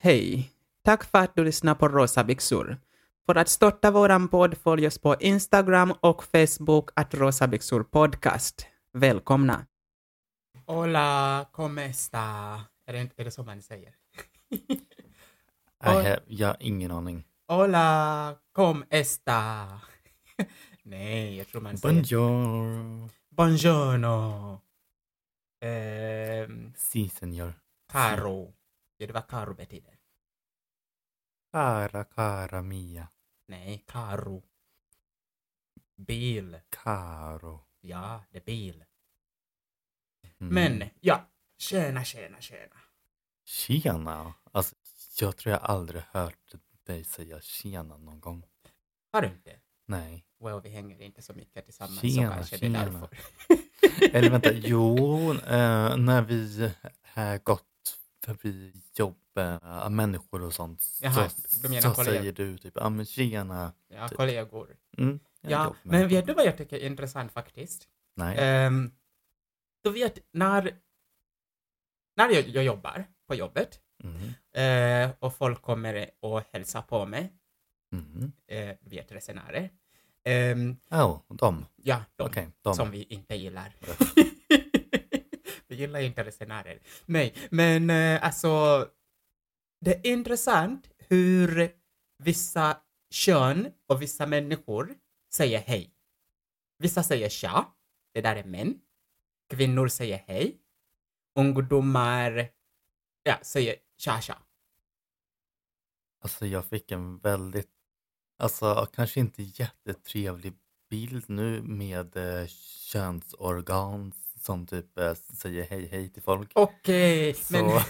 Hej! Tack för att du lyssnar på Rosa byxor. För att stötta våran podd följ oss på Instagram och Facebook att Rosa byxor podcast. Välkomna! Hola, ¿cómo está? Är det så man säger? Jag har ingen aning. Hola, ¿cómo está? Nej, jag tror man säger... Bonjour. Buongiorno. Si, senor. Caro. Ja, det var caro betyder. Cara mia. Nej, caro. Bil. Caro. Ja, det är bil. Mm. Men, ja. Tjena. Tjena. Alltså, jag tror jag aldrig hört dig säga tjena någon gång. Har du inte? Nej. Well, vi hänger inte så mycket tillsammans. Tjena, så kanske tjena. det är därför. Eller vänta, när vi har gått förbi jobb, människor och sånt. Jaha, så du menar kollegor? säger du typ, ja men tjena. Ja, typ. kollegor. Ja, Ja, men vet du vad jag tycker är intressant faktiskt? Nej. Du vet, när jag jobbar på jobbet och folk kommer och hälsar på mig, vet resenärer. De. Ja, de, Okej, de. som vi inte gillar. Vi gillar inte resenärer. Nej, men alltså det är intressant hur vissa kön och vissa människor säger hej. Vissa säger tja, det där är män. Kvinnor säger hej. Ungdomar säger tja. Alltså jag fick en väldigt, kanske inte jättetrevlig bild nu med könsorgan som typ säger hej till folk. Okej, Så... men...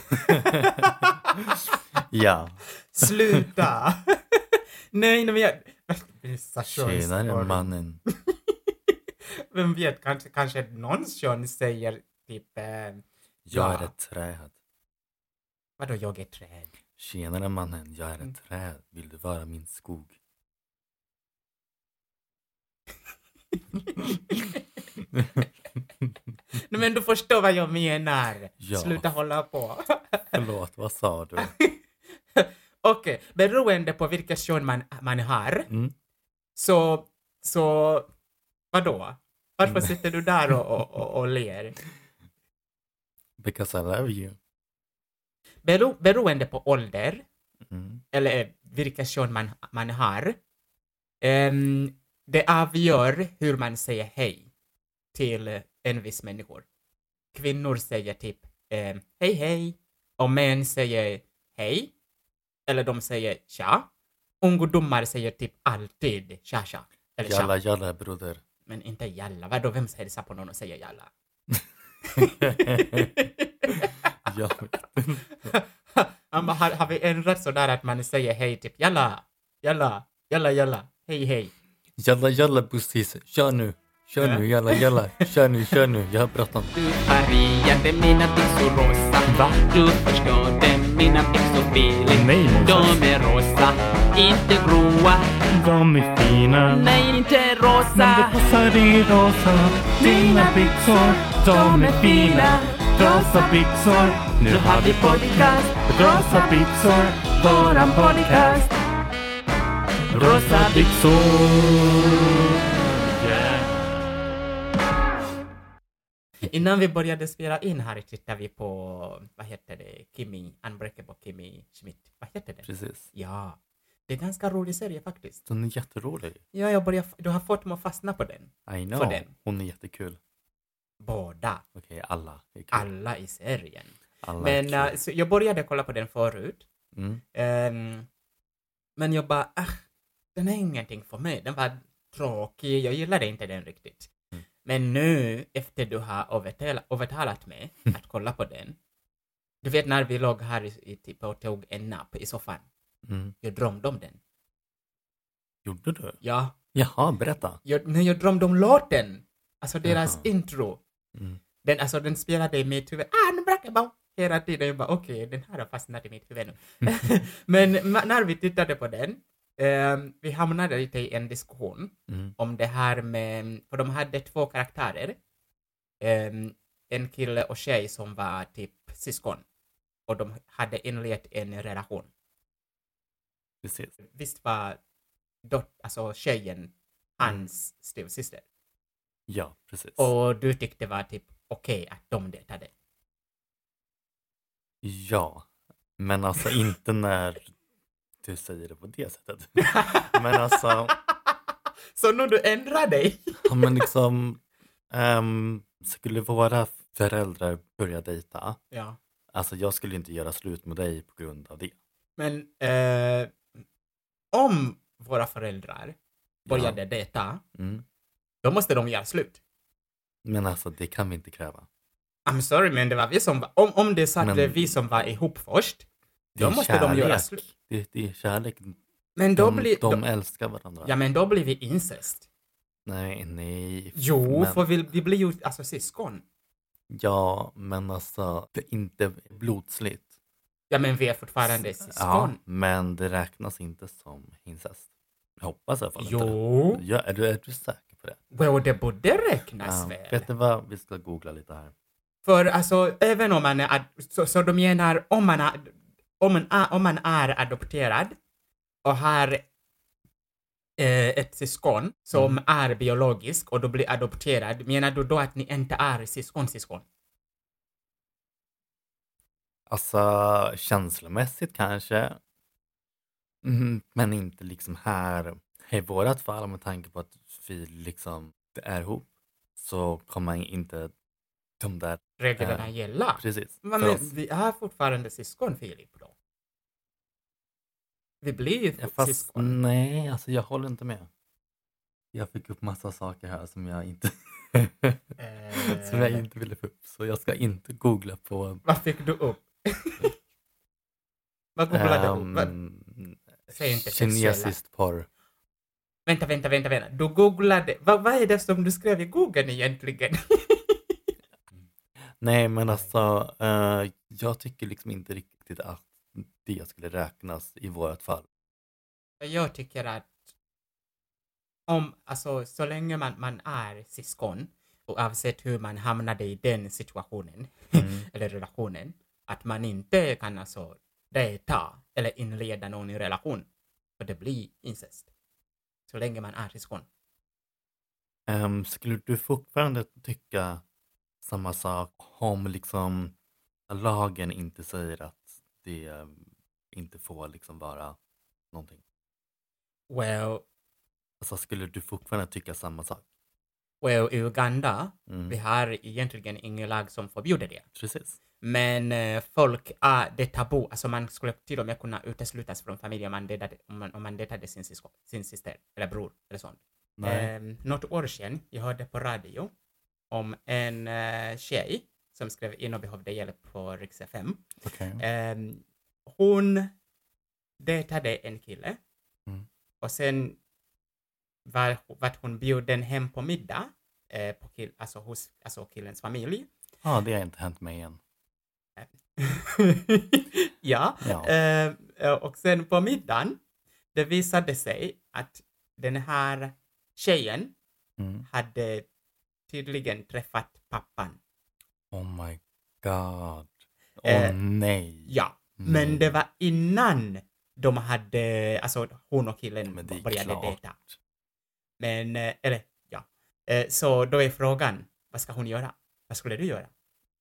Ja. Sluta! Nej, men jag... Vissa Tjenare mannen. Vem vet, kanske någon kön säger typ... Jag är ett träd. Vadå jag är träd? Tjenare mannen, jag är ett träd. Vill du vara min skog? Nej, men du förstår vad jag menar. Ja. Sluta hålla på. Förlåt, vad sa du? Okej, beroende på vilka kön man har. Så vadå? Varför sitter du där och ler? Because I love you. Beroende på ålder eller vilka kön man har, det avgör hur man säger hej till en viss människor. Kvinnor säger typ hej och män säger hej eller de säger tja. Ungdomar säger typ alltid tja eller tja. Jalla broder. Men inte jalla. Vadå, vem hälsar på någon och säger jalla? Ja. Har vi ändrat sådär att man säger hej typ jalla, hej. Jalla bussis, kör nu, jalla, kör nu, jag har bråttom. Du färgade mina byxor rosa. Va? Du förstörde mina byxor feeling. Nej, de är rosa, inte gråa. De är fina. Nej, inte rosa. Men det passar i rosa. Dina byxor, de är fina. Rosa byxor, nu har vi podcast. Rosa byxor, våran podcast. Rosa byxor. Innan vi började spela in här tittade vi på, vad heter det, Unbreakable Kimmy Schmidt. Vad heter det? Precis. Ja, det är en ganska rolig serie faktiskt. Den är jätterolig. Ja, du har fått mig att fastna på den. I know, för den. Hon är jättekul. Båda. Okej, alla är kul. Alla i serien. Alla men så jag började kolla på den förut. Men jag bara, den är ingenting för mig. Den var tråkig, jag gillade inte den riktigt. Men nu, efter du har övertalat mig att kolla på den. Du vet när vi låg här typ och tog en napp i soffan. Jag drömde om den. Gjorde du? Ja. Jaha, berätta. Jag drömde om låten. Alltså deras intro. Den spelade i mitt huvud. Unbreakable. Hela tiden. Jag bara okej, den här har fastnat i mitt huvud nu. Men när vi tittade på den. Vi hamnade lite i en diskussion om det här med, för de hade två karaktärer. En kille och tjej som var typ syskon. och de hade inlett en relation. Precis. Visst var alltså tjejen hans styvsyster? Ja, precis. Och du tyckte det var typ okej att de dejtade? Ja, men alltså inte när du säger det på det sättet. Men alltså, Så nu du ändrar dig? ja, men liksom, skulle våra föräldrar börja dejta, Ja. alltså jag skulle inte göra slut med dig på grund av det. Men om våra föräldrar började dejta, Mm. då måste de göra slut. Men alltså det kan vi inte kräva. I'm sorry, men det var vi som var, om det är så att Men- det är vi som var ihop först, Det då är måste de göra kärlek. slut. Det är kärlek. Men då De, blir... de älskar varandra. Ja, men då blir vi incest. Nej. Jo, men, för vi blir ju alltså syskon. Ja, men alltså det är inte blodsligt. Ja, men vi är fortfarande syskon. Ja, men det räknas inte som incest. Jag hoppas i alla fall inte. Jo, Ja, är du säker på det? well, det borde räknas väl. Vet du vad? Vi ska googla lite här. För alltså, även om man är... Så de menar om man är adopterad och har ett syskon som är biologisk och då blir adopterad, menar du då att ni inte är syskon? Alltså känslomässigt kanske. Men inte liksom här. I vårat fall med tanke på att vi liksom är ihop så kommer inte de där... Reglerna gälla. Precis. Men för oss. vi är fortfarande syskon, Filip, då. Vi blir ju Fast syskon. nej, alltså jag håller inte med. Jag fick upp massa saker här som jag inte som jag inte ville få upp. Så jag ska inte googla på... Vad fick du upp? Vad googlade du upp? Säg inte sexuella. Kinesiskt porr. Vänta. Du googlade... Vad är det som du skrev i Google egentligen? Nej, men alltså jag tycker liksom inte riktigt att det skulle räknas i vårt fall. Jag tycker att alltså, så länge man är syskon, oavsett hur man hamnade i den situationen eller relationen, att man inte kan alltså dejta eller inleda någon i relation, för det blir incest. Så länge man är syskon. Skulle du fortfarande tycka samma sak om liksom lagen inte säger att det inte får liksom vara någonting? Well, Alltså skulle du fortfarande tycka samma sak? i Uganda, vi har egentligen ingen lag som förbjuder det. Precis. Men det är tabu. Alltså man skulle till och med kunna uteslutas från familjen om man dejtade sin syster eller bror eller sånt. Något år sedan, jag hörde på radio om en tjej som skrev in och behövde hjälp på Rix FM. Okay. Hon dejtade en kille och sen var hon bjuden hem på middag hos killens familj. Ja, det har inte hänt mig än. Ja. Och sen på middagen, det visade sig att den här tjejen hade tydligen träffat pappan. Oh my god. Nej. Ja, men det var innan de hade, alltså hon och killen började dejta. Men, så då är frågan, vad ska hon göra? Vad skulle du göra?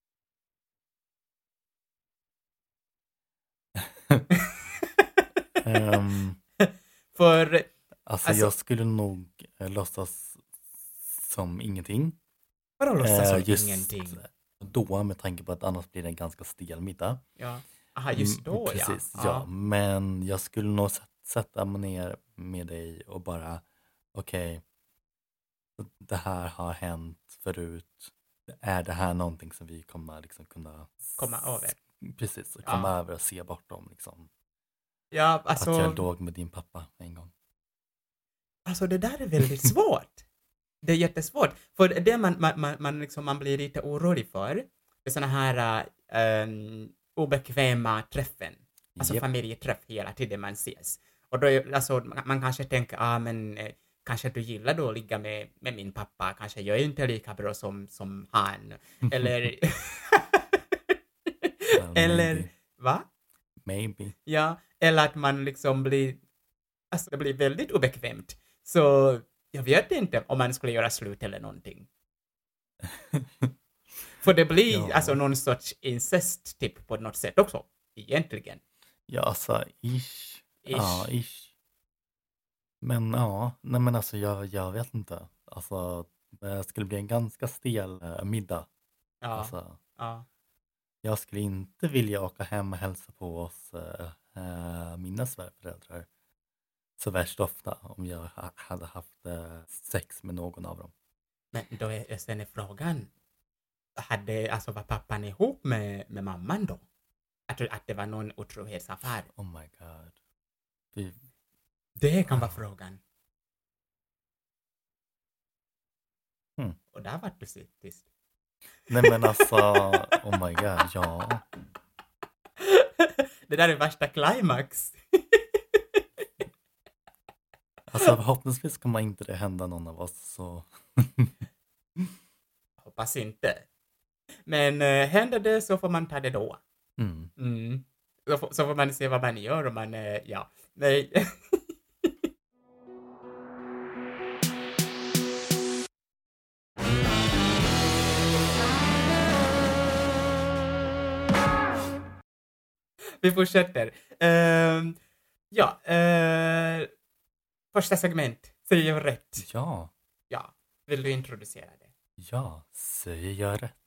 För... Alltså jag skulle nog låtsas som ingenting. Vadå låtsas som ingenting? Då med tanke på att annars blir det en ganska stel middag. Ja, aha, just då precis, ja. Men jag skulle nog sätta mig ner med dig och bara okej, det här har hänt förut. Är det här någonting som vi kommer liksom kunna komma över? Precis, och komma över och se bortom liksom. Ja, alltså... Att jag låg med din pappa en gång. Alltså det där är väldigt svårt. Det är jättesvårt. För det man blir lite orolig för är såna här obekväma träffen. Alltså familjeträff hela tiden man ses. Och då är, alltså, man kanske tänker, men kanske du gillar då att ligga med min pappa. Kanske jag är inte lika bra som han. Eller... eller Va? Maybe. Ja, eller att man liksom blir, alltså det blir väldigt obekvämt. Så jag vet inte om man skulle göra slut eller någonting. För det blir Ja. alltså någon sorts incest typ på något sätt också, egentligen. Ja, alltså ish. Ja, ish. Men ja, nej men alltså jag vet inte. Alltså det skulle bli en ganska stel middag. Ja, Alltså, ja. jag skulle inte vilja åka hem och hälsa på oss mina svärföräldrar så värst ofta om jag hade haft sex med någon av dem. Men då är sen frågan, var pappan ihop med mamman då? Att det var någon otrohetsaffär? Oh my god. Det kan vara frågan. Och där var du tyst. Nej men alltså, oh my god, ja. Det där är värsta climax. Alltså förhoppningsvis kommer inte det hända någon av oss så. Hoppas inte. Men händer det så får man ta det då. Så får man se vad man gör om man, ja. Nej. Vi fortsätter. Första segment. Säger jag rätt? Ja. Ja. Vill du introducera det? Ja, säger jag rätt.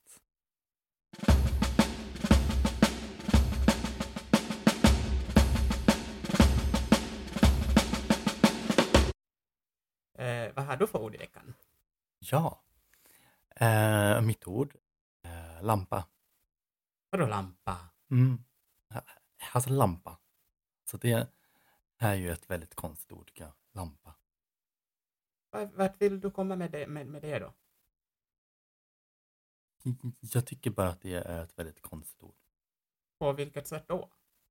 Vad har du för ord i veckan? Ja. Mitt ord. Lampa. Vadå lampa? Alltså lampa. Så det är ju ett väldigt konstigt ord, tycker jag. Lampa. Vart vill du komma med det då? Jag tycker bara att det är ett väldigt konstigt ord. På vilket sätt då?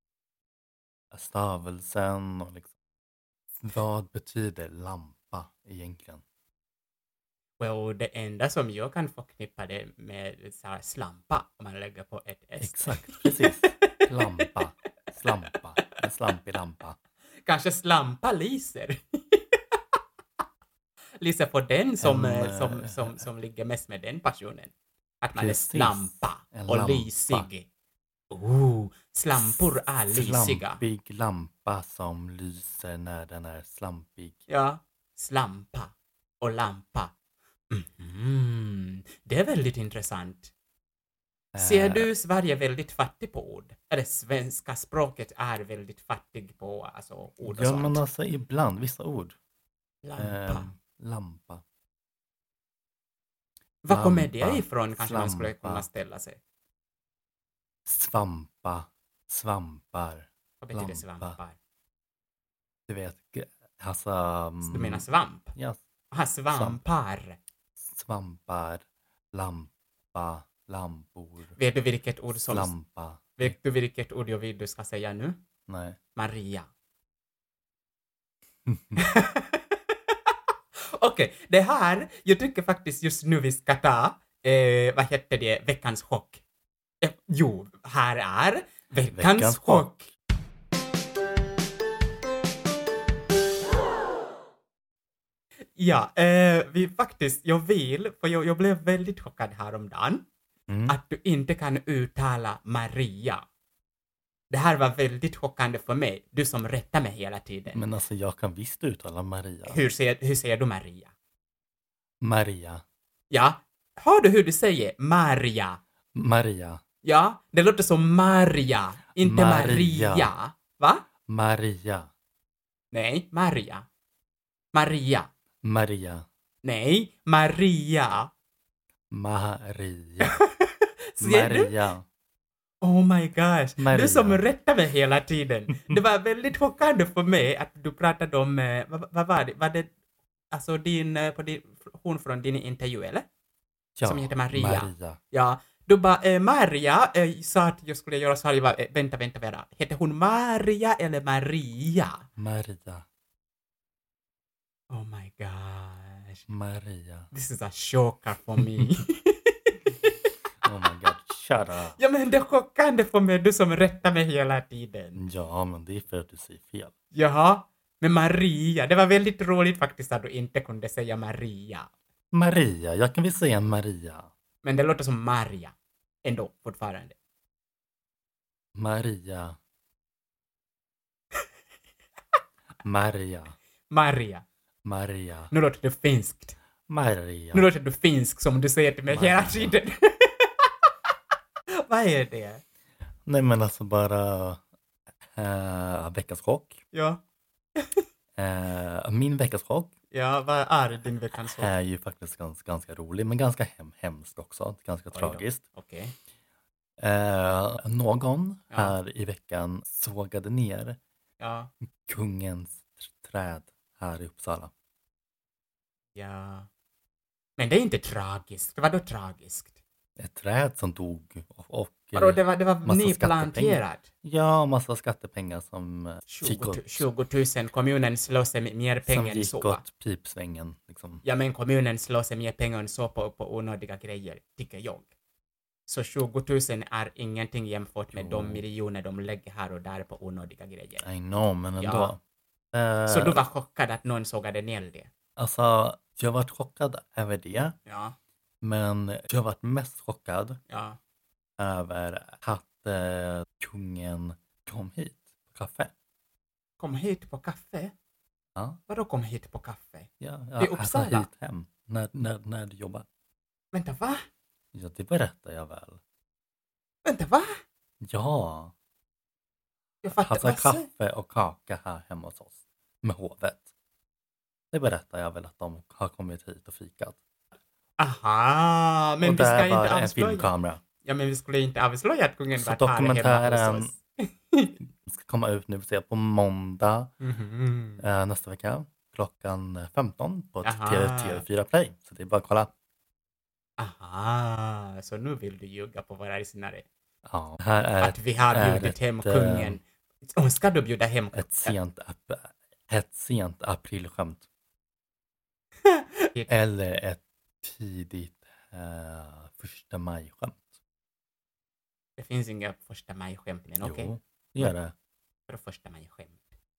Stavelsen och liksom. Vad betyder lampa egentligen? Well, det enda som jag kan förknippa det med så här slampa om man lägger på ett S. Exakt, precis. Lampa, slampa, en slampig lampa. Kanske slampa lyser. Lyser på den som ligger mest med den passionen. Att man precis. är slampa och lysig. Slampor är lysiga. Slampig lampa som lyser när den är slampig. Ja, slampa och lampa. Det är väldigt intressant. Ser du Sverige väldigt fattig på ord? Eller svenska språket är väldigt fattig på alltså, ord och ja, sånt? men alltså ibland, vissa ord. Lampa. Vad kommer det ifrån? Kanske man skulle kunna ställa sig. Svampa. Svampar. Vad betyder svampar? Du vet, alltså. Du menar svamp? Ja. Aha, svampar. Svampar. Lampa. Lampor. Vet du vilket ord som... Slampa. Vet du vilket ord jag vill du ska säga nu? Nej. Maria. Okej, det här, jag tycker faktiskt just nu vi ska ta, vad heter det, veckans chock. Jo, här är veckans chock. Ja, jag blev väldigt chockad häromdagen att du inte kan uttala Maria. Det här var väldigt chockande för mig, du som rättar mig hela tiden. Men alltså jag kan visst uttala Maria. Hur säger du Maria? Maria. Ja, hör du hur du säger Maria? Maria. Ja, det låter som Maria, inte Maria. Va? Maria. Nej, Maria. Maria. Maria. Nej, Maria. Maria. Maria. Oh my gosh. Maria. Du som rättar mig hela tiden. Det var väldigt chockande för mig att du pratade om, vad var det? Var det alltså hon från din intervju, eller? Ja, som heter Maria. Maria. Ja, du bara, Maria sa att jag skulle göra så här, jag bara, vänta. Heter hon Maria eller Maria? Maria. Oh my gosh. Maria. This is a shocker for me. Oh my god, Shut up. Ja, men det är chockande för mig, du som rättar mig hela tiden. Ja, men det är för att du säger fel. Jaha, men Maria, det var väldigt roligt faktiskt att du inte kunde säga Maria. Maria, jag kan väl säga Maria. Men det låter som Maria. Ändå, fortfarande. Maria. Maria. Maria. Maria. Nu låter det finskt. Maria. Nu låter du finsk som du säger till mig Maria. hela tiden. Vad är det? Nej, men alltså bara veckans chock. Ja. Min veckans chock Ja, vad är din veckans chock? är ju faktiskt ganska rolig, men ganska hemskt också. Ganska Oj då. tragiskt. Okej. Någon Ja. här i veckan sågade ner Ja. kungens träd här i Uppsala. Ja. Men det är inte tragiskt. Vadå tragiskt? Ett träd som dog och Vadå, det var massa nyplanterat? ja, massa skattepengar som 20 000. Kommunen slår sig mer som pengar än gick så. åt pipsvängen. Liksom. Ja, men kommunen slår sig mer pengar än så på onödiga grejer, tycker jag. Så 20 000 är ingenting jämfört med de miljoner de lägger här och där på onödiga grejer. I know, men ändå. Så du var chockad att någon sågade ner det? Alltså, jag var chockad över det. Ja. Men jag varit mest chockad Ja. över att kungen kom hit på kaffe. Kom hit på kaffe? Ja, Vadå kom hit på kaffe? ja, I Uppsala? hit hem när du jobbar. Vänta, va? Ja, det berättar jag väl. Vänta, va? Ja, Jag fattar. alltså Vad säger- kaffe och kaka här hemma hos oss med hovet. Det berättar jag väl att de har kommit hit och fikat. Aha, men och vi ska där inte var en avslöja. filmkamera. Ja, men vi skulle inte avslöja att kungen Så var här hemma dokumentären- hos oss. ska komma ut nu på måndag Mhm. nästa vecka. Klockan 15 på Aha. TV4 Play. Så det är bara att kolla. Aha, så nu vill du ljuga på våra lyssnare. Ja, det här är Att vi har är bjudit hem ett, kungen. Ska du bjuda hem ett sent aprilskämt. Eller ett tidigt första majskämt. Det finns inga första maj-skämt, men okej. Jo, det gör det. För första maj-skämt.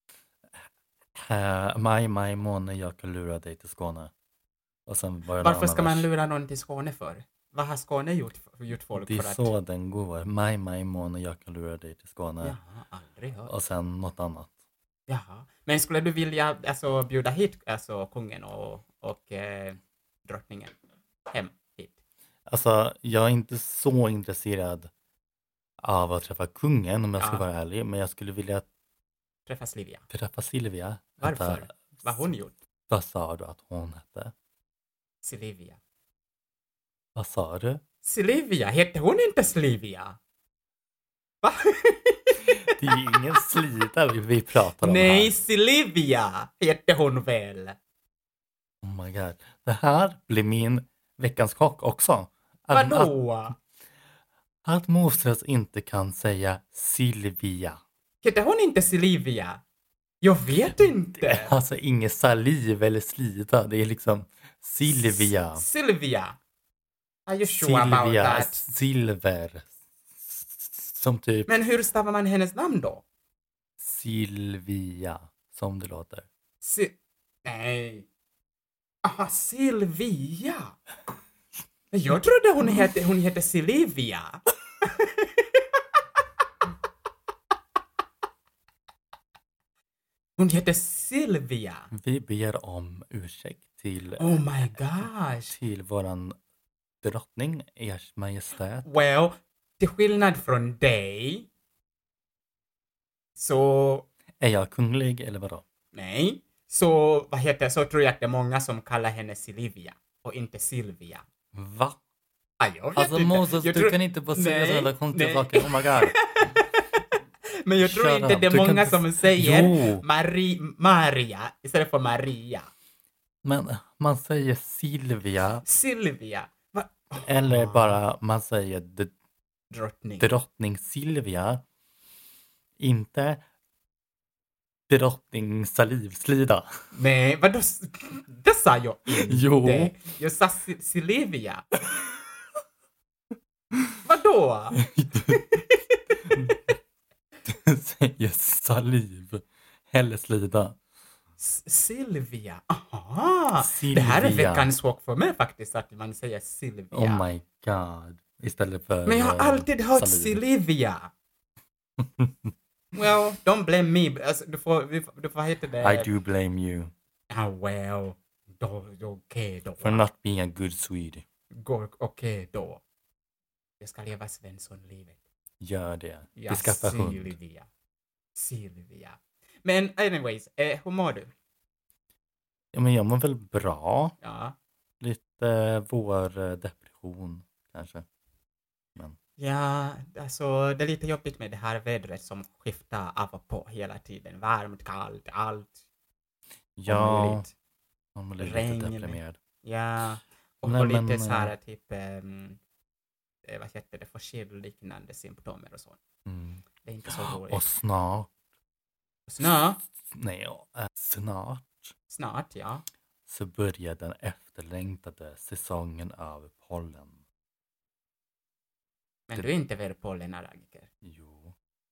Maj måne jag kan lura dig till Skåne. Och sen var det en Varför annan ska man vers. lura någon till Skåne för? Vad har Skåne gjort folk Det är för att... så den går. Maj måne jag kan lura dig till Skåne. Jaha, aldrig hört. Och sen något annat. Jaha. Men skulle du vilja alltså, bjuda hit alltså, kungen och drottningen hem hit? Alltså, jag är inte så intresserad av att träffa kungen om jag ska Ja. vara ärlig. Men jag skulle vilja Träffa Silvia. träffa Silvia. Varför? Vänta, Vad har hon gjort? Vad sa du att hon hette? Silvia. Vad sa du? Silvia? Hette hon inte Silvia? Va? Det är ju ingen slida vi pratar om Nej, här. Silvia hette hon väl? Oh my god. Det här blir min veckans chock också. Att Vadå? Moses inte kan säga Silvia. Hette hon inte Silvia? Jag vet inte. Alltså ingen saliv eller slida. Det är liksom Silvia. Silvia. Are you sure about Silvia. that? Silver. Som typ Men hur stavar man hennes namn då? Silvia. Som det låter. Nej. Aha, Silvia. Jag trodde hon hette Silvia. Hon heter Silvia. Vi ber om ursäkt till, Oh my gosh. till våran drottning, ers majestät. Well, till skillnad från dig så... Är jag kunglig eller vadå? Nej. Så tror jag att det är många som kallar henne Silvia och inte Silvia. Va? Jag vet Alltså inte. Moses, Jag du tror- kan inte bara säga Nej, sådana konstiga nej. saker. Oh my god. Men jag tror Shut inte up. det är Du kan många inte- som säger Jo. Maria istället för Maria. Men man säger Silvia. Silvia. Va? Eller bara man säger Drottning. drottning Silvia. Inte drottning salivslida. Nej, vadå? Det sa jag inte. Jo. Jag sa Silvia. Vadå? Du säger saliv. Hällslida. Silvia. Aha. Silvia. Det här är veckans chock för mig faktiskt, att man säger Silvia. Oh my god. Istället för Men jag har alltid hört saliv. Silvia. Well, don't blame me. Alltså, du får vad heter det? I do blame you. Well. Då okej då. For not being a good Swede. Okej då. Jag ska leva Svensson-livet. Gör det. Ja, Vi skaffar hund. Silvia. Men anyways, hur mår du? Ja, men jag mår väl bra. Ja. Lite vårdepression kanske. Men Ja, alltså det är lite jobbigt med det här vädret som skiftar av och på hela tiden. Varmt, kallt, allt. ja, möjligt. man blir lite Regn. deprimerad. Ja, och Nej, lite men, så här typ, vad heter det, förkylliknande symptomer och så. Mm. Det är inte så roligt. Och snart, Snart, ja. så börjar den efterlängtade säsongen av pollen. Men du är inte väl pollenallergiker? Jo.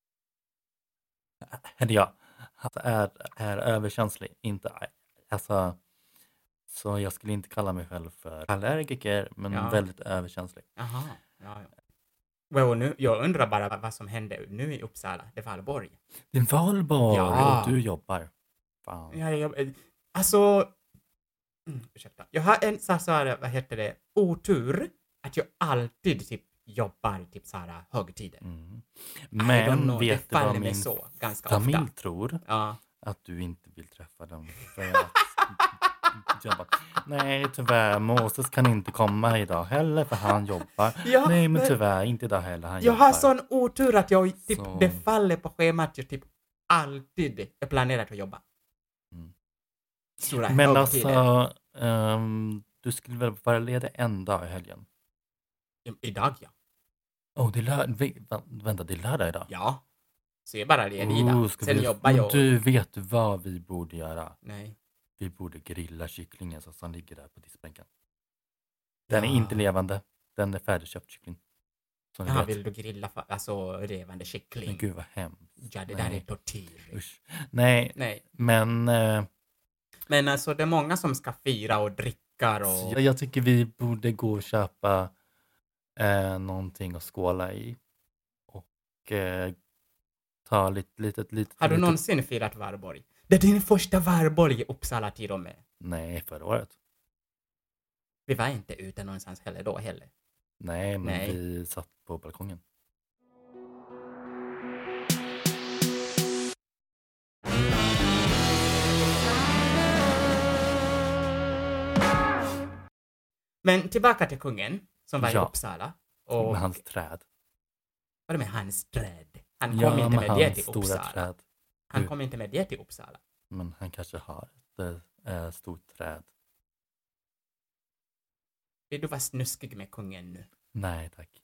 Eller ja, alltså är överkänslig. Inte, alltså, så jag skulle inte kalla mig själv för allergiker, men väldigt överkänslig. Jaha, ja. Well, nu, jag undrar bara vad som hände nu i Uppsala. Det var Valborg. Det är Valborg Ja. och du jobbar. Fan. Ja, alltså... ursäkta. Jag har en så här, vad heter det, otur att jag alltid typ jobbar typ så här högtider. Mm. I don't Men know, det vet du vad faller mig min så ganska familj ofta. tror? Ja. Att du inte vill träffa dem. För att jag bara, nej tyvärr, Moses kan inte komma idag heller för han jobbar. Ja, nej men men- tyvärr, inte idag heller, han Jag jobbar. har sån otur att jag typ, Så- det faller på schemat. Jag typ alltid är planerat att jobba. Mm. Stora Men högtider. alltså, du skulle väl vara ledig en dag i helgen? Idag, ja. Det är vänta, det är lördag idag? Ja. Så jag är bara ledig idag. Ska Sen vi- jobbar men jag. du, vet du vad vi borde göra? Nej. Vi borde grilla kycklingen som ligger där på diskbänken. Den är Ja. inte levande. Den är färdigköpt kyckling. Som ni Ja, vet. vill du grilla alltså revande kyckling? Men gud vad hemskt. Ja, det där Nej. är tortyr. Usch. Nej, Nej. men Men alltså det är många som ska fira och drickar och... jag tycker vi borde gå och köpa någonting att skåla i. Och ta lite. Har du någonsin firat Valborg? Det är din första Valborg i Uppsala till och med. Nej, förra året. Vi var inte ute någonstans heller då heller. Nej, men Nej. vi satt på balkongen. Men tillbaka till kungen som var i Ja. Uppsala. Och Med hans träd. vad är det med hans träd? Han kom Ja, inte med med det hans till stora Uppsala. träd. Han kom inte med det till Uppsala. Men han kanske har ett stort träd. Vill du vara snuskig med kungen nu? Nej, tack.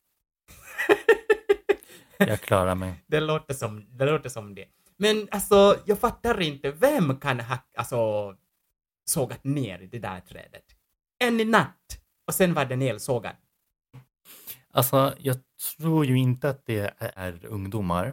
Jag klarar mig. Det låter som det. Men alltså, jag fattar inte. Vem kan ha sågat ner det där trädet? En i natt. Och sen var den elsågad. Alltså, jag tror ju inte att det är ungdomar.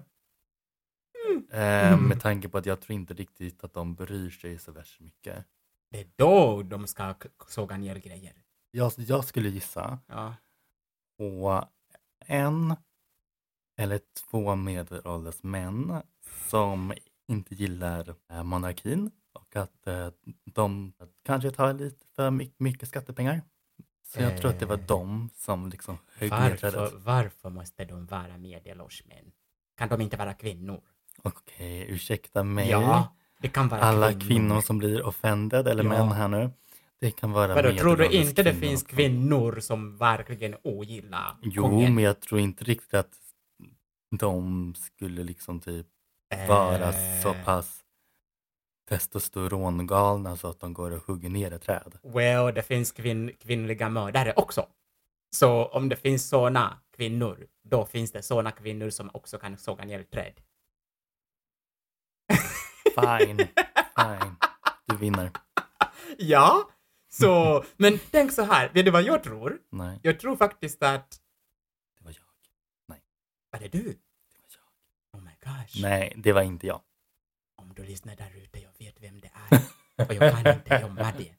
Med tanke på att jag tror inte riktigt att de bryr sig så värst mycket. Det är då de ska såga ner grejer. Jag skulle gissa Ja. på 1 eller 2 medelålders män som inte gillar monarkin och att de kanske tar lite för mycket skattepengar. Så jag tror att det var de som liksom höjde ner trädet. Varför måste de vara medelålders män? Kan de inte vara kvinnor? Okej, ursäkta mig. Ja, det kan vara Alla kvinnor som blir offended, eller Ja. män här nu. Det kan vara Vadå, tror du medelålders inte det kvinnor finns som- kvinnor som verkligen ogillar Jo, kungen? men jag tror inte riktigt att de skulle liksom typ vara så pass testosterongalna så att de går och hugger ner ett träd. Well, det finns kvinnliga mördare också. Så om det finns såna kvinnor, då finns det såna kvinnor som också kan såga ner ett träd. Fine. Du vinner. Ja, så... Men tänk så här, vet du vad jag tror? Nej, Jag tror faktiskt att det var Var det du? Det var jag. Oh my gosh. Nej, det var inte jag. Om du lyssnar där ute, jag vet vem det är. Och jag kan inte gömma det.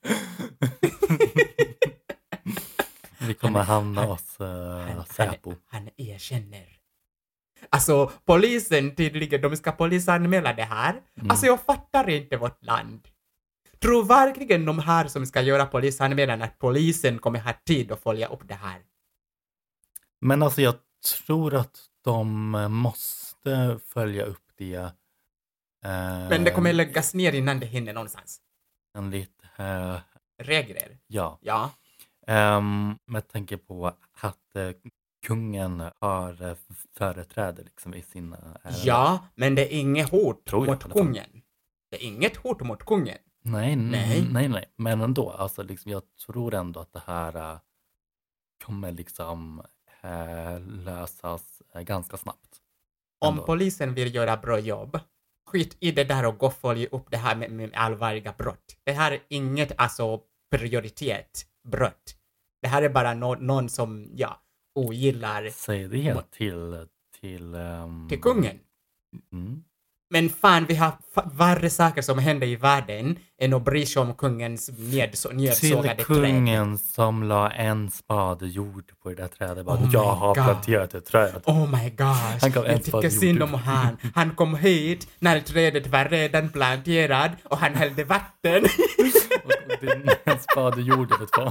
Vi kommer hamna hos Säpo. Han erkänner. Alltså, polisen tydligen, de ska polisanmäla det här. Alltså, jag fattar inte vårt land. Tror verkligen de här som ska göra polisanmälan att polisen kommer ha tid att följa upp det här? Men alltså jag tror att de måste följa upp det. Men det kommer läggas ner innan det hinner någonstans. Enligt Regler. ja. Ja. Med tanke på att kungen har företräde liksom i sina ärenden. Ja, men det är inget hot Tror jag, mot i alla fall. kungen. Det är inget hot mot kungen. Nej. Nej. Men ändå, alltså liksom, jag tror ändå att det här kommer liksom lösas ganska snabbt. Om Ändå. polisen vill göra bra jobb, skit i det där och gå och följa upp det här med allvarliga brott. Det här är inget alltså prioritet brott. Det här är bara någon som, ogillar Säg det till kungen. Mm. Men fan, vi har värre saker som händer i världen än att bry sig om kungens nedsågade Till träd. kungen som la en spade jord på det där trädet. Bara, Oh jag my har God. planterat ett träd. Oh my gosh, Han gav en jag spade tycker synd jord. om han. Han kom hit när trädet var redan planterad och han hällde vatten. Och det är en spade jord eller två.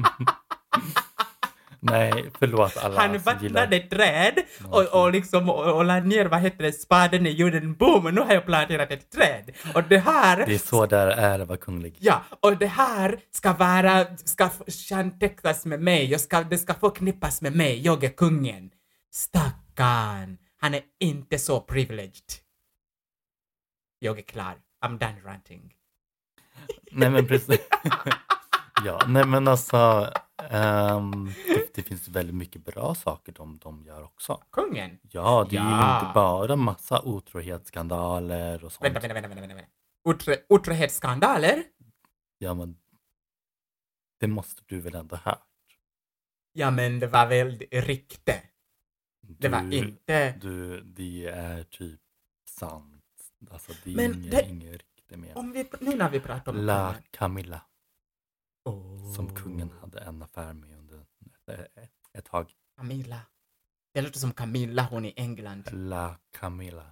Nej, förlåt alla Han som gillar. vattnade träd och liksom och la ner, vad heter det, spaden i jorden. Boom, och nu har jag planterat ett träd. Och det här... Det är så där är att vara kunglig. Ja, och det här ska kännetecknas med mig. Det ska förknippas med mig. Jag är kungen. Stackarn. Han är inte så privileged. Jag är klar. I'm done ranting. Nej men precis. Ja, nej men alltså det finns väldigt mycket bra saker de gör också. Kungen? Ja, det är ju Ja. inte bara massa otrohetsskandaler och sånt. Vänta. Otrohetsskandaler? Ja, men det måste du väl ändå ha hört? Ja, men det var väl rykte. Det var inte... Det är typ sant. Alltså det är Men det- inget rykte mer. Nu när vi pratar om La kungen. Camilla, Oh. som kungen hade en affär med under ett tag. Camilla. Det låter som Camilla, hon i England. La Camilla.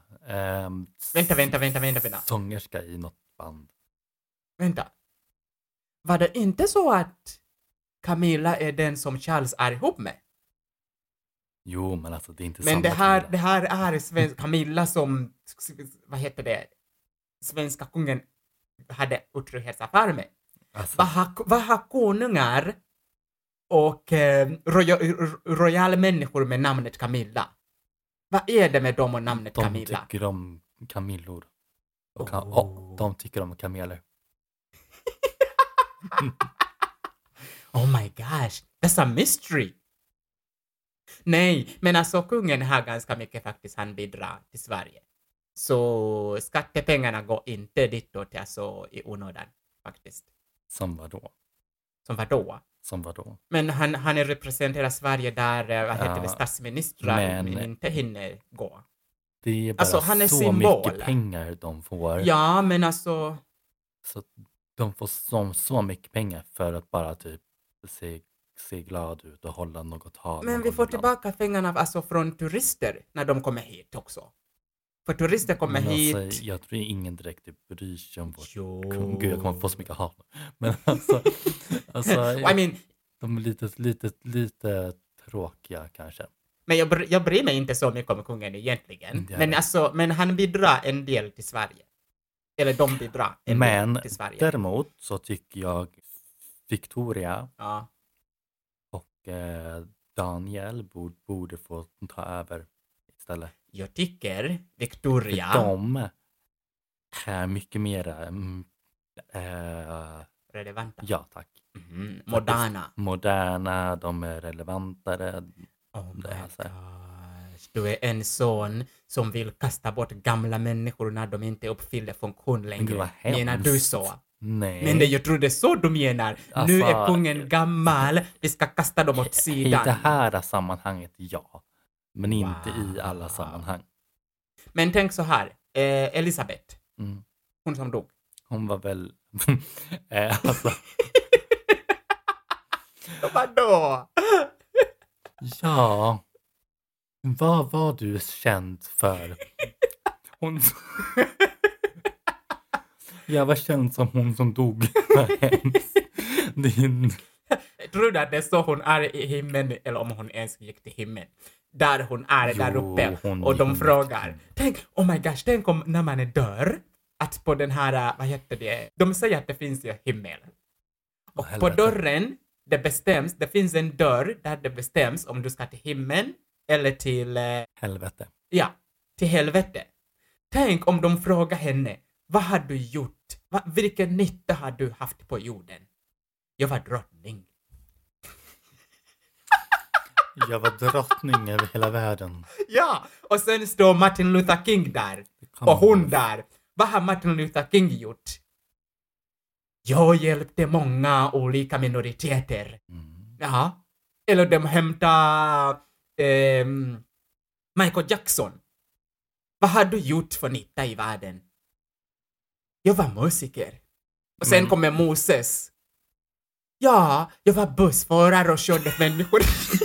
Vänta. Sångerska i något band. Vänta. Var det inte så att Camilla är den som Charles är ihop med? Jo, men alltså det är inte Men samma det Camilla. här är Camilla som, vad heter det, svenska kungen hade otrohetsaffär med. Alltså, Vad har konungar och royal människor med namnet Camilla? Vad är det med dem och namnet de Camilla? tycker om kamillor. Och Oh. de tycker om kameler. Oh my gosh, that's a mystery. Nej, men alltså kungen har ganska mycket faktiskt han bidrar till Sverige. Så skattepengarna går inte dit då till alltså i onödan faktiskt. Som vadå? Som vadå? Som vadå? Men han representerar Sverige där, vad heter Ja, det, statsministrar men- inte hinner gå. Det är bara Alltså, han är så symbol. mycket pengar de får. Ja, men alltså, Så de får så mycket pengar för att bara typ se glad ut och hålla något tal. men vi får tillbaka pengarna alltså från turister när de kommer hit också. För turister kommer hit. Alltså, jag tror ingen direkt bryr sig om vårt Jo. kung. Gud, jag kommer få så mycket hat. Men alltså I mean, de är lite tråkiga kanske. men jag bryr mig inte så mycket om kungen egentligen. Ja. Men alltså, men han bidrar en del till Sverige. Eller de bidrar en Men del till Sverige. däremot så tycker jag Victoria Ja. och Daniel borde få ta över istället. Jag tycker För Victoria, de är mycket mer relevanta. ja tack. Moderna. De är relevantare. Oh my Det är så här. gosh. Du är en son som vill kasta bort gamla människor när de inte uppfyller funktion Men gud, längre. vad hemskt. Menar du så? Nej. Men jag tror det är så du menar. Alltså, Nu är kungen gammal, vi ska kasta dem åt I sidan. det här sammanhanget, ja. Men inte Wow. i alla sammanhang. Men tänk så här. Elisabeth. Mm. Hon som dog. Hon var väl... alltså, Vadå? ja. Vad var du känd för? Hon... Jag var känd som hon som dog. Din... Tror du att det är så hon är i himlen, eller om hon ens gick till himlen? Där hon är, där uppe. Och de frågar. Tänk, oh my gosh, tänk om när man är dör. Att på den här, vad heter det? De säger att det finns ju himmel. Och på dörren, det finns en dörr där det bestäms om du ska till himlen eller till... helvete. Ja, till helvete. Tänk om de frågar henne, vad har du gjort? Vilken nytta har du haft på jorden? Jag var drottning. Jag var drottning över hela världen. Ja, och sen står Martin Luther King där. Och hon där. Vad har Martin Luther King gjort? Jag hjälpte många olika minoriteter. Ja. Eller de hämtar Michael Jackson. Vad har du gjort för nytta i världen? Jag var musiker. Och sen kommer Moses. Ja, jag var bussförare och körde människor.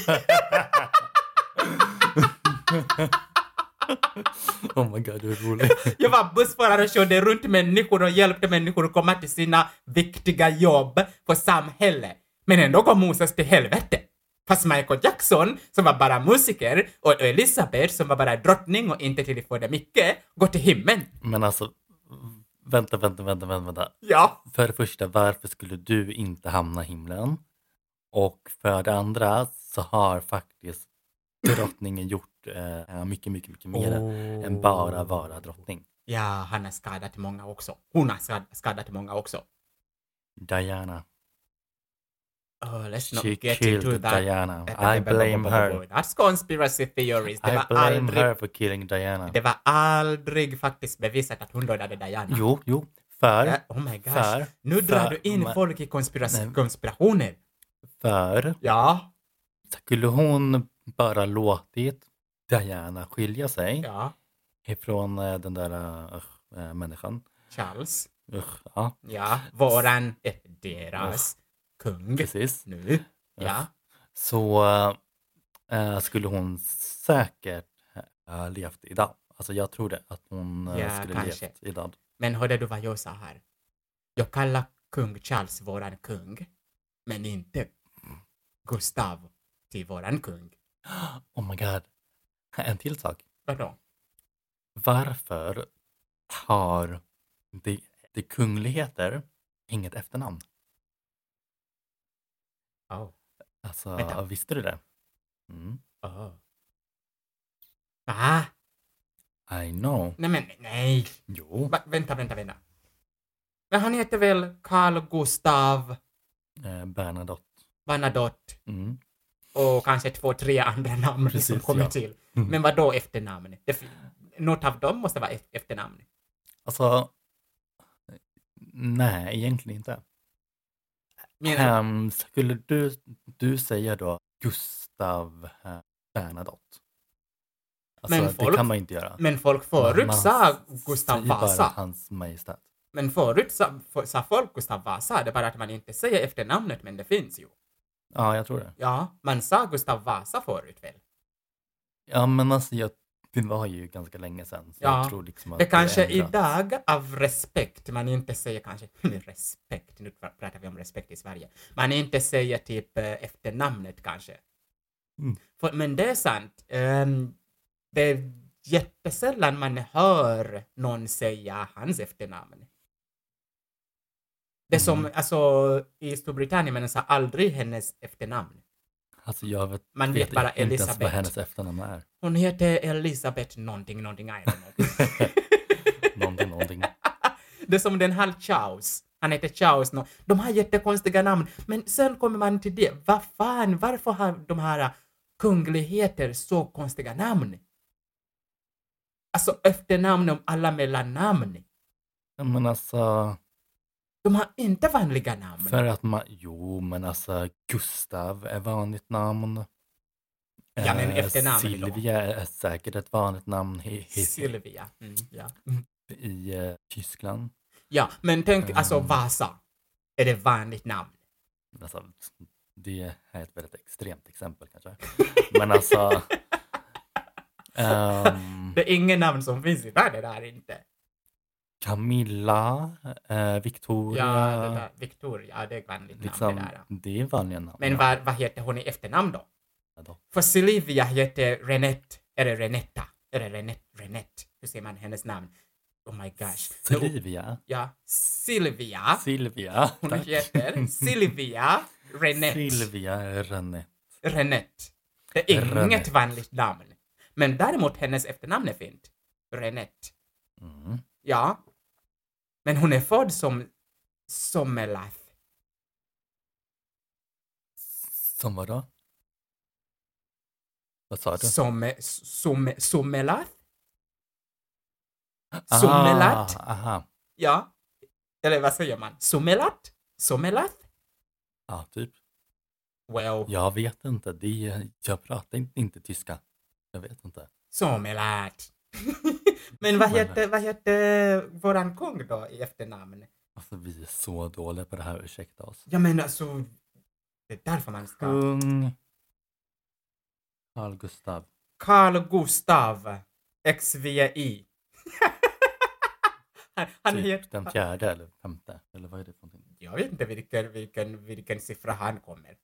Oh my god, du är rolig. Jag var bussförare och körde runt människor och hjälpte människor att komma till sina viktiga jobb för samhället. Men ändå kom Moses till helvete. Fast Michael Jackson, som var bara musiker, och Elisabeth, som var bara drottning och inte till för det mycket, går till himlen. Men alltså, vänta. Ja. För det första, varför skulle du inte hamna i himlen? Och för det andra så har faktiskt drottningen gjort mycket mer än bara vara drottning. Ja, han har skadat många också. Hon har skadat många också. Diana. Oh, let's not She get killed into that. Diana. I blame her. That's conspiracy theories. I blame her for killing Diana. Det var aldrig faktiskt bevisat att hon dödade Diana. Jo. För... Oh my gosh. Nu drar du in folk i konspirationer. För... Ja. Skulle hon bara låtit Diana skilja sig ifrån den där människan. Charles. Ja. Ja, våran deras kung. Precis. Nu. Ja. Så skulle hon säkert levt idag. Alltså jag tror det, att hon skulle levt idag. Men hörde du vad jag sa här? Jag kallar kung Charles våran kung, men inte Gustav till våran kung. Oh my god. En till sak. Vadå? Varför har de kungligheter inget efternamn? Oh. Alltså, Vänta. visste du det? Mm. Oh. Ah? I know. Nej. Jo. Vänta. Men han heter väl Carl Gustav Bernadotte. Mm. Och kanske 2-3 andra namn. Precis, som kommer till. Men vad då efternamn? Något av dem måste vara efternamn. Alltså, nej, egentligen inte. Skulle du säga då Gustav Bernadotte? Alltså, men det kan man inte göra. Men folk förut sa Gustav Vasa. Bara hans majestät. Men förut sa folk Gustav Vasa. Det är bara att man inte säger efternamnet, men det finns ju. Ja, jag tror det. Ja, man sa Gustav Vasa förut väl? Ja, men alltså det var ju ganska länge sedan. Så jag tror liksom att det kanske idag av respekt, man inte säger kanske respekt, nu pratar vi om respekt i Sverige. Man inte säger typ efternamnet kanske. Men det är sant. Det är jättesällan man hör någon säga hans efternamn. Det är som, alltså i Storbritannien, man sa aldrig hennes efternamn. Alltså jag vet bara inte Elisabeth. Ens vad hennes efternamn är. Hon heter Elisabeth någonting, I don't know. någonting. Det är som den här Charles. Han heter Charles. De har jättekonstiga namn. Men sen kommer man till det. Varför har de här kungligheter så konstiga namn? Alltså efternamn om alla mellannamn. Men alltså... De har inte vanliga namn. För att men alltså Gustav är vanligt namn. Ja, men efternamn Silvia är säkert ett vanligt namn Silvia. Ja. i Tyskland. Ja, men tänk alltså Vasa. Är det vanligt namn? Alltså, det är ett väldigt extremt exempel kanske. Men alltså... Det är ingen namn som finns i världen där inte. Camilla, Victoria. Ja, det där, Victoria, det är vanligt liksom, namn det där. det är vanliga namn. Men vad heter hon i efternamn då? Ja, då. För Silvia heter Renette, eller Renetta, eller Renette. Hur säger man hennes namn? Oh my gosh. Silvia. Ja, Silvia. Silvia. Hon heter Silvia Renette. Silvia Renette. Renette. Det är Renette. inget vanligt namn. Men däremot hennes efternamn är fint. Renette. Mm. Ja. Men hon är född som Sommerlath. Som vad då? Vad sa du? Sommerlath? Sommerlath? Aha. Ja. Eller vad säger man? Sommerlath? Sommerlath? Ja, typ. Well. Jag vet inte. Jag pratar inte tyska. Jag vet inte. Sommerlath. Men vad heter våran kung då i efternamn? Alltså vi är så dåliga på det här, ursäkta oss. Ja men alltså, det är därför man ska... Kung Carl Gustav. Carl Gustav XVI. han typ heter... den 4:e eller 5:e. Eller vad är det för någonting? Jag vet inte vilken siffra han kommer.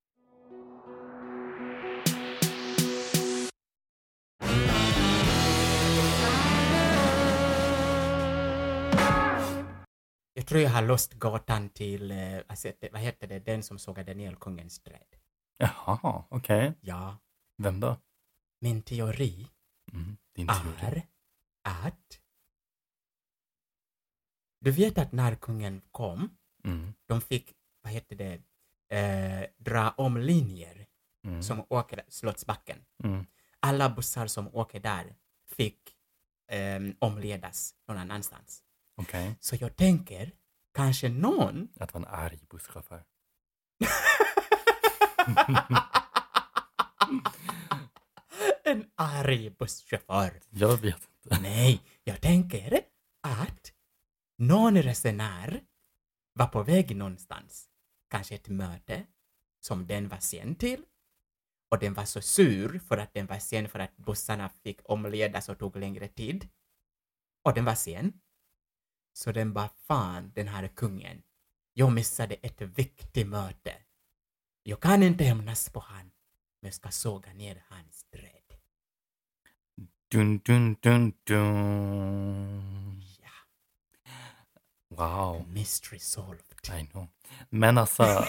Jag tror jag har låst gatan till, vad heter det, den som sågade ner kungens träd. Jaha, okej. Ja, Vem då? min teori Din teori. är att du vet att när kungen kom, de fick, vad heter det, dra om linjer som åker Slottsbacken. Alla bussar som åker där fick omledas någon annanstans. Okej. Så jag tänker, kanske någon... Att det var en arg busschaufför. En arg busschaufför. Jag vet inte. Nej, jag tänker att någon resenär var på väg någonstans. Kanske ett möte som den var sen till. Och den var så sur för att den var sen för att bussarna fick omledas och tog längre tid. Och den var sen. Så den bara, fan, den här kungen. Jag missade ett viktigt möte. Jag kan inte hämnas på han. Men jag ska såga ner hans träd. Dun, dun, dun, dun. Ja. Wow. Mystery solved. I know. Men alltså,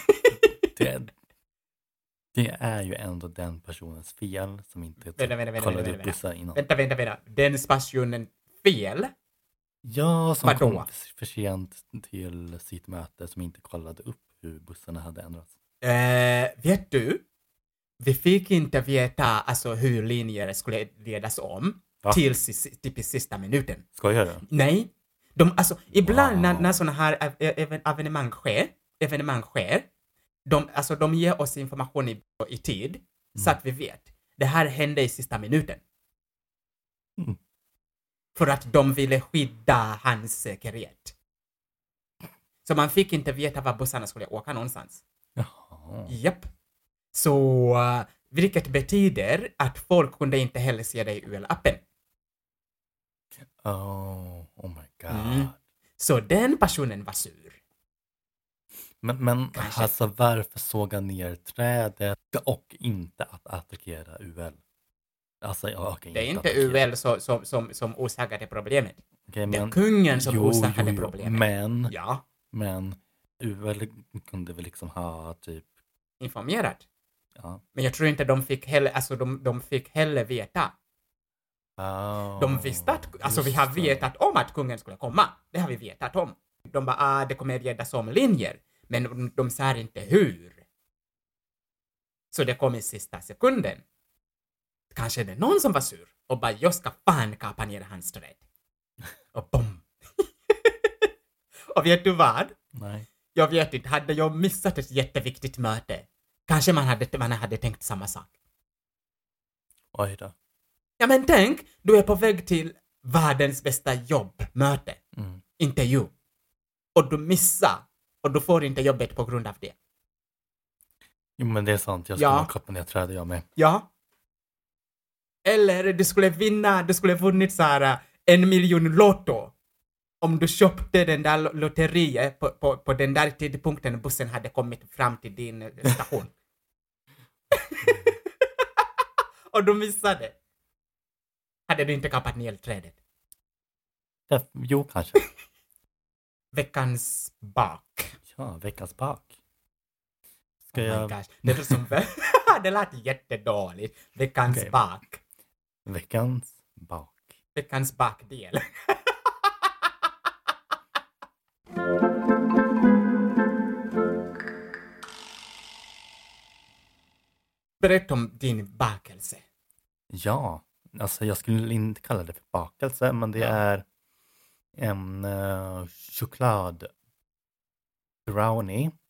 det är ju ändå den personens fel som inte kollade upp bussar innan. Vänta. Den personen fel? Ja, som Vadå? kom för sent till sitt möte som inte kollade upp hur bussarna hade ändrats. Vet du? Vi fick inte veta alltså, hur linjer skulle ledas om till sista minuten. Skojar du? Nej. Ibland när sådana här evenemang sker, de ger oss information i tid så att vi vet. Det här hände i sista minuten. För att de ville skydda hans säkerhet. Så man fick inte veta var bussarna skulle åka någonstans. Jaha. Japp. Så vilket betyder att folk kunde inte heller se det i UL-appen. Oh my god. Så den personen var sur. Men alltså varför såga ner trädet och inte att attackera UL? Alltså, det är inte UL som orsakade problemet. Okay, det är kungen som orsakade problemet. Men UL kunde väl liksom ha typ informerat. Ja. Men jag tror inte de fick heller, alltså de fick heller veta. De visste att, vi har vetat om att kungen skulle komma. Det har vi vetat om. De bara, det kommer räddas om linjer. Men de sa inte hur. Så det kom i sista sekunden. Kanske det är någon som var sur. Och bara, jag ska fan kapa ner hans träd. Och bom. Och vet du vad? Nej. Jag vet inte, hade jag missat ett jätteviktigt möte. Kanske man hade tänkt samma sak. Oj då. Ja men tänk, du är på väg till världens bästa jobbmöte, intervju. Och du missar. Och du får inte jobbet på grund av det. Jo, men det är sant. Jag skulle nog kappa ner trädet jag med. Ja. Eller du skulle vunnit så här 1 miljon lotto om du köpte den där lotteriet på den där tidpunkten bussen hade kommit fram till din station. Och du missade. Hade du inte kappat ner trädet? Jo, kanske. Veckans bak. Ja, veckans bak. Ska Oh my jag... gosh. Det är som... det lät jättedåligt. Veckans Okej. bak. Veckans bak. Veckans bakdel. Berätta om din bakelse. Ja, alltså jag skulle inte kalla det för bakelse, men det är en choklad brownie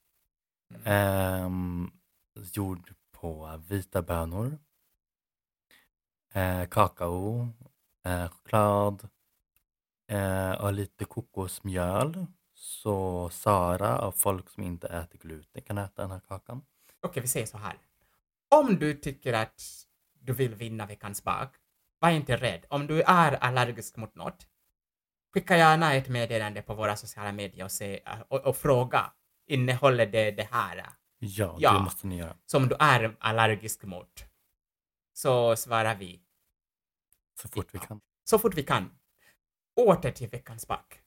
gjord på vita bönor, kakao, choklad och lite kokosmjöl. Så Sara och folk som inte äter gluten kan äta den här kakan. Okej, vi säger så här. Om du tycker att du vill vinna veckans bak, var inte rädd. Om du är allergisk mot något, skicka gärna ett meddelande på våra sociala medier och fråga, innehåller det här Ja, Ja. det måste ni göra. som du är allergisk mot? Så svarar vi Så fort vi kan. så fort vi kan. Åter till veckans bak.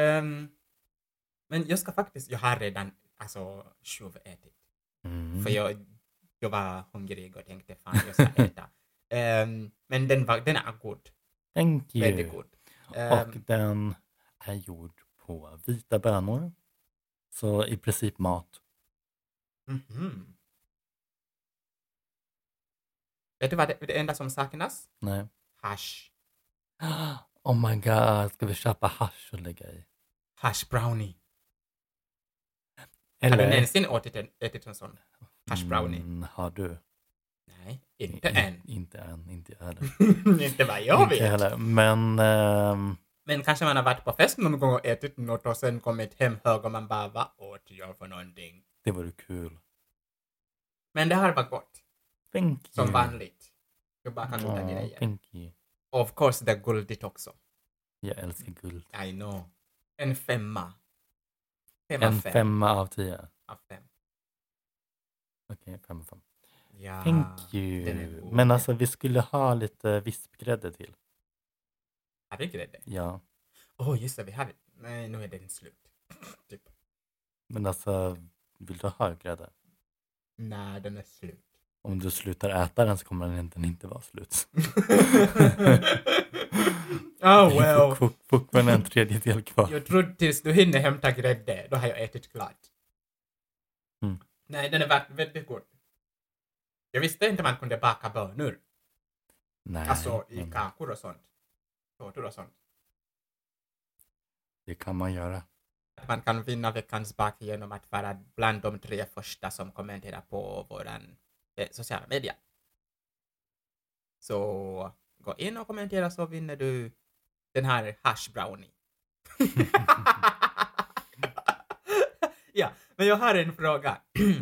Men jag har redan tjuvätit. För jag var hungrig och tänkte fan jag ska äta. Men den är god. Thank you. Väldigt god. Och den är gjord på vita bönor. Så i princip mat. Mhm. Vet du vad det enda som saknas? Nej. Hash. Oh my god, ska vi köpa hash och lägga i? Hash brownie. Har du Eller, någonsin ätit en sån hash brownie? har du? Nej, inte än. Inte än, inte jag heller. Inte vad jag Inte vet. heller. Men Men kanske man har varit på fest någon gång och ätit något och sen kommit hem hög och man bara, vad åt jag för någonting? det vore kul. Men det har varit gott. Thank you. Som vanligt. Jag bara kan goda grejer. Thank you. Of course, det är guldigt också. Jag älskar guld. I know. En 5. En 5 av 10. av 5. Okej, 5 av 5. Ja, Thank den är you. god. Men alltså vi skulle ha lite vispgrädde till. Har du grädde? Ja. Just det, vi har det. Nej, nu är den slut. Typ. Men alltså, vill du ha grädde? Nej, den är slut. Om du slutar äta den så kommer den inte vara slut. Oh well. Fortfarande en tredjedel kvar. Jag trodde tills du hinner hämta grädde, då har jag ätit klart. Nej, den är väldigt god. Jag visste inte man kunde baka bönor. Nej, Alltså i men kakor och sånt. Tårtor och sånt. det kan man göra. Att man kan vinna veckans bak genom att vara bland de 3 första som kommenterar på våran sociala medier. Så gå in och kommentera så vinner du den här hash brownie. Ja, men jag har en fråga.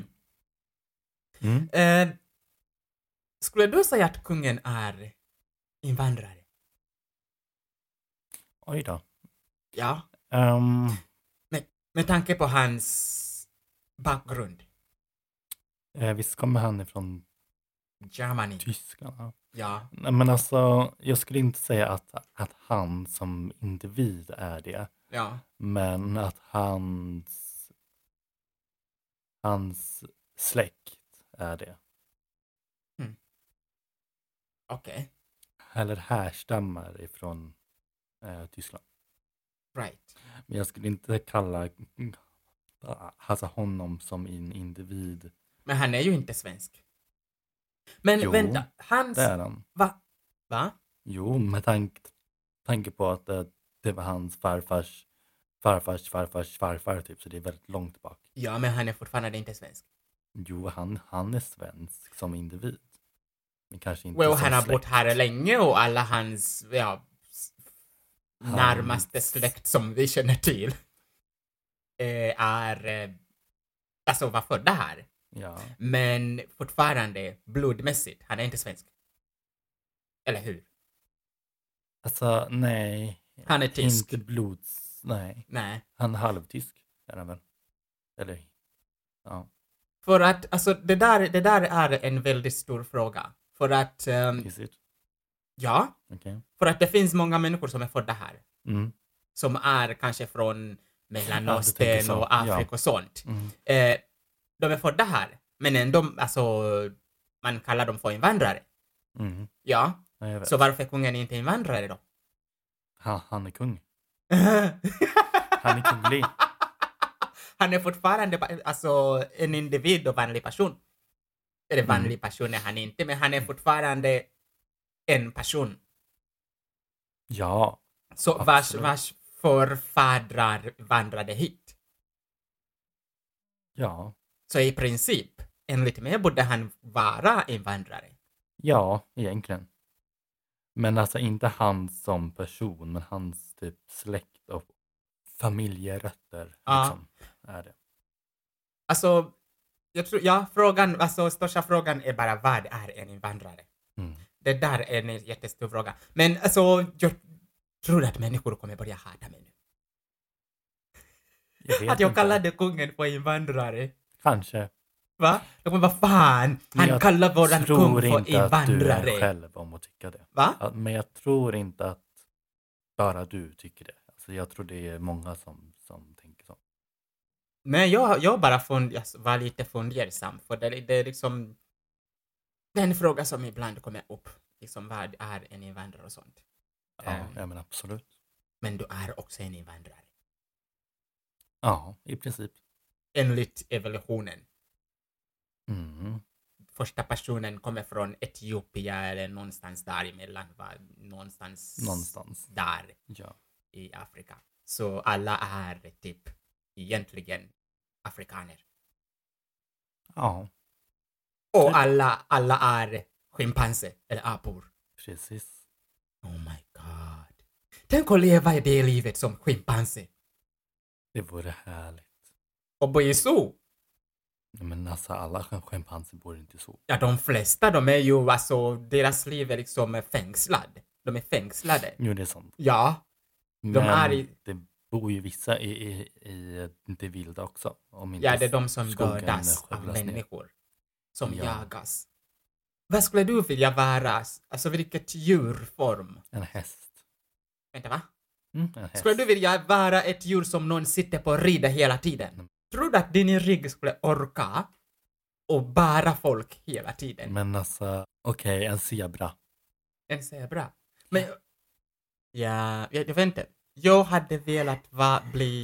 Skulle du säga att kungen är invandrare? Oj då. Ja. Med tanke på hans bakgrund. Visst kommer han ifrån Germany. Tyskland? Ja. Ja. Nej, men alltså, jag skulle inte säga att han som individ är det. Ja. Men att hans släkt är det. Okej. Eller härstammar ifrån Tyskland. Right. Men jag skulle inte kalla alltså honom som en individ. Men han är ju inte svensk. Men Jo, vänta, hans... Det är han. Va? Jo, med tanke på att det var hans farfars farfar typ, så det är väldigt långt bak. Ja, men han är fortfarande inte svensk. Jo, han är svensk som individ. Men kanske inte Well, som han har släkt. bott här länge och alla hans närmaste släkt som vi känner till alltså var födda här. Ja. Men fortfarande blodmässigt, han är inte svensk. Eller hur? Alltså, nej. Han är tysk. Inte blods... Nej. Han är halvtysk. Är han väl? Eller... Ja. För att, alltså det där är en väldigt stor fråga. För att, Is it? ja. Okay. För att det finns många människor som är födda här. Mm. Som är kanske från Mellanöstern och Afrika och sånt. Mm. De är födda här. Men ändå, alltså, man kallar dem för invandrare. Mm. Ja. Jag vet. Så varför är kungen inte invandrare då? Han är kung. Han är kunglig. Han är fortfarande alltså, en individ och vanlig person. Eller vanlig person är han inte, men han är fortfarande en person. Ja. Så vars förfädrar vandrade hit. Ja. Så i princip, enligt mig borde han vara invandrare. Ja, egentligen. Men alltså inte han som person, men hans typ släkt och familjerötter. Ja. Liksom, är det. Alltså, jag tror, största frågan är bara vad är en invandrare? Mm. Det där är en jättestor fråga. Men alltså, jag tror att människor kommer börja hata mig nu. Att jag kallade kungen för invandrare. Kanske. Va? De kommer vad fan, han kallar våran kung för invandrare. Jag tror inte att du är själv om att tycka det. Va? Men jag tror inte att bara du tycker det. Alltså jag tror det är många som tänker så. Men jag bara var lite fundersam. För det är liksom den fråga som ibland kommer upp. Liksom vad är en invandrare och sånt. Ja, men absolut. Men du är också en invandrare. Ja, i princip. Enligt evolutionen. Mm. Första personen kommer från Etiopien eller någonstans däremellan. Någonstans där i Afrika. Så alla är typ egentligen afrikaner. Ja. Och alla är schimpanser eller apor. Precis. Oh my god. Tänk att leva i det livet som schimpanser. Det vore härligt. Och bo i zoo. Men alltså alla schimpanser bor inte så. Ja, de flesta de är ju alltså, deras liv är liksom fängslad. De är fängslade. Jo, det är sant. Ja. Men det bor ju vissa i det vilda också. Om inte ja, det är de som dödas av människor. Som jagas. Vad skulle du vilja vara? Alltså vilket djurform? En häst. Vänta, va? En häst. Skulle du vilja vara ett djur som någon sitter på och rider hela tiden? Tror du att din rygg skulle orka och bära folk hela tiden? Men alltså, okej, en zebra. En zebra? Men, ja, jag vet inte. Jag hade velat vara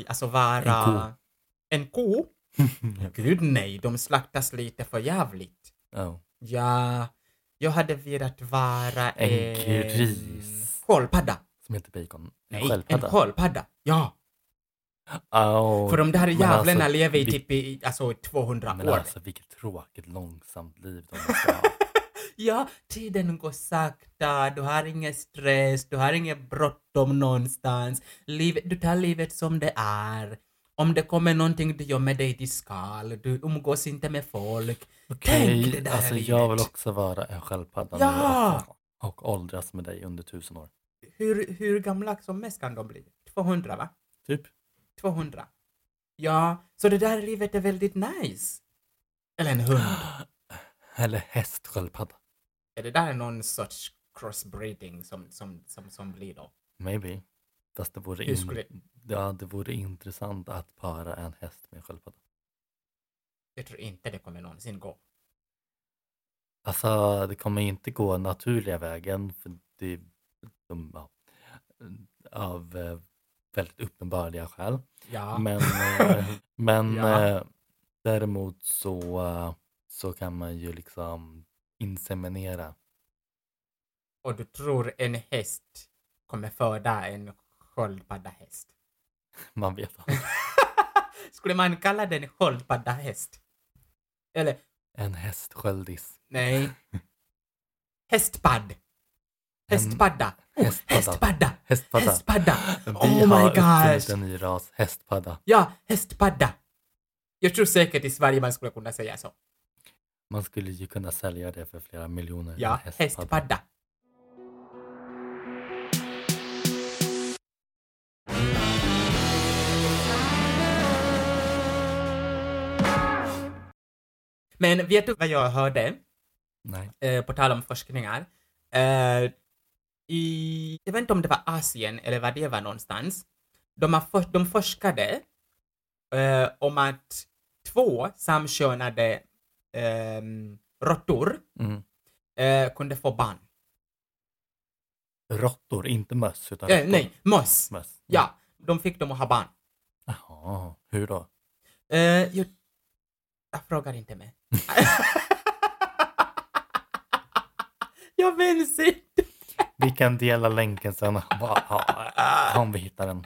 en ko. Gud nej, de slaktas lite för jävligt. Oh. Ja, jag hade velat vara en gris. Sköldpadda. Som heter bacon. Nej, en sköldpadda. Ja. Oh, för de där jävlarna alltså, lever i typ 200 men år. alltså vilket tråkigt långsamt liv de måste ha. Ja, tiden går sakta, du har ingen stress, du har ingen bråttom någonstans. Du tar livet som det är. Om det kommer någonting du gör med dig till skal, du umgås inte med folk. Okej, alltså jag vill också vara en sköldpadda ja! och åldras med dig under 1000 år. Hur gamla som mest kan de bli? 200, va? Typ. 200. Ja, så det där livet är väldigt nice. Eller en hund. Eller hästsköldpadda. Är det där någon sorts crossbreeding som blir då? Maybe. Fast det vore intressant att para en häst med en sköldpadda. Jag tror inte det kommer någonsin gå. Alltså, det kommer inte gå naturliga vägen. För av väldigt uppenbara skäl. Ja. Men däremot så kan man ju liksom inseminera. Och du tror en häst kommer föda en sköldpaddahäst? Man vet aldrig. Skulle man kalla den sköldpaddahäst? Eller? En hästsköldis. Nej. Hästpadd. Hästpadda. Hästpadda. Hästpadda. Oh Vi my har gosh. uppfunnit en ny ras, hästpadda. Ja, hästpadda. Jag tror säkert i Sverige man skulle kunna säga så. Man skulle ju kunna sälja det för flera miljoner. Ja, en hästpadda. Men vet du vad jag hörde? Nej. På tal om forskningar. Jag vet inte om det var Asien eller vad det var någonstans. De forskade om att 2 samkönade råttor kunde få barn. Råttor, inte möss utan råttor. Nej, möss. Möss. Ja, de fick dem att ha barn. Jaha, hur då? Jag frågar inte mig. Jag minns inte. Vi kan dela länken sen om vi hittar den.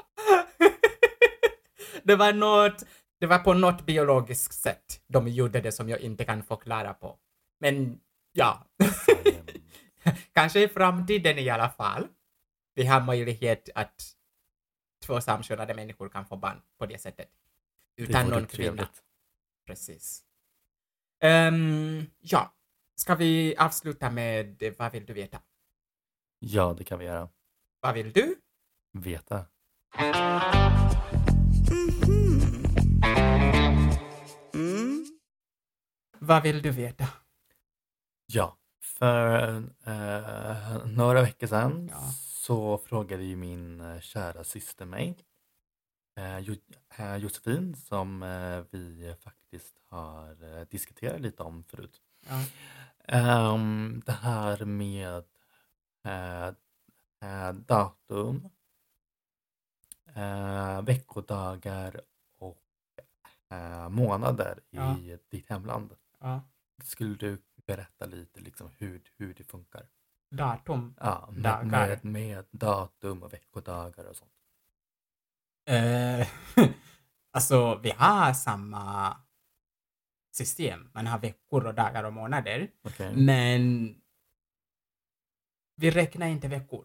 Det var på något biologiskt sätt de gjorde det som jag inte kan förklara på. Men ja. Kanske i framtiden i alla fall. Vi har möjlighet att 2 samkönade människor kan få barn på det sättet. Utan någon kvinna. Precis. Ja. Ska vi avsluta med vad vill du veta? Ja, det kan vi göra. Vad vill du veta? Vad vill du veta? Ja, för några veckor sedan Ja. så frågade ju min kära syster mig, Josefin, som vi faktiskt har diskuterat lite om förut. Ja. Det här med datum, veckodagar och månader i ditt hemland. Ja. Skulle du berätta lite liksom hur det funkar? Datum? Ja, med datum och veckodagar och sånt. Alltså, vi har samma system. Man har veckor och dagar och månader. Okay. Men vi räknar inte veckor.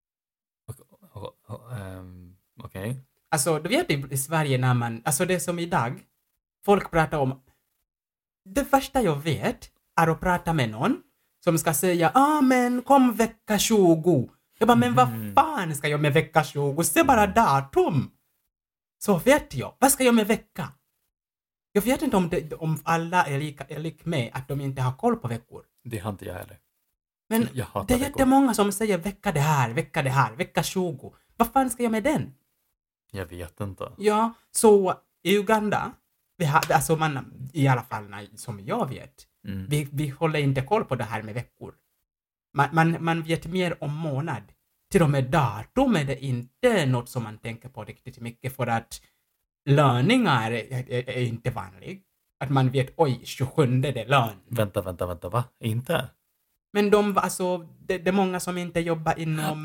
Okej. Alltså, du vet i Sverige när man... Alltså det är som idag. Folk pratar om... Det första jag vet är att prata med någon som ska säga men kom vecka 20. Jag bara, men vad fan ska jag med vecka 20? Se bara datum. Så vet jag. Vad ska jag med vecka? Jag vet inte om alla är lik med att de inte har koll på veckor. Det har inte jag heller. Men det är jättemånga som säger vecka det här, vecka 20. Vad fan ska jag med den? Jag vet inte. Ja, så i Uganda, vi har, alltså i alla fall som jag vet, vi håller inte koll på det här med veckor. Man vet mer om månad. Till och med datum är det inte något som man tänker på riktigt mycket för att löningar är inte vanligt. Att man vet, 27 det är lön. Vänta, va? Inte? Men det är många som inte jobbar inom,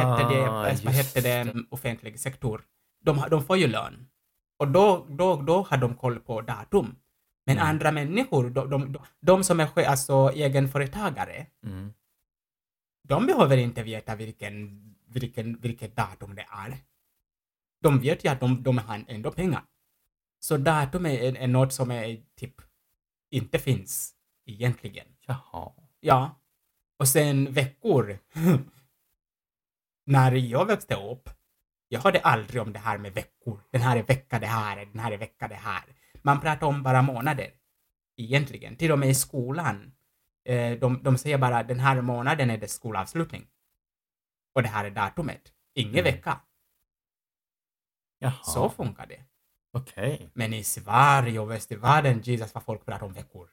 offentlig sektor. De får ju lön. Och då har de koll på datum. Men andra människor, de som är egenföretagare, de behöver inte veta vilket datum det är. De vet ju att de har ändå pengar. Så datum är något som är typ inte finns egentligen. Jaha. Ja. Och sen veckor. När jag växte upp, jag hörde aldrig om det här med veckor. Den här är vecka det här, den här är vecka det här. Man pratar om bara månader. Egentligen. Till och med i skolan. De säger bara, den här månaden är det skolavslutning. Och det här är datumet. Ingen vecka. Jaha. Så funkar det. Okej. Men i Sverige och västvärlden, Jesus, vad folk pratar om veckor.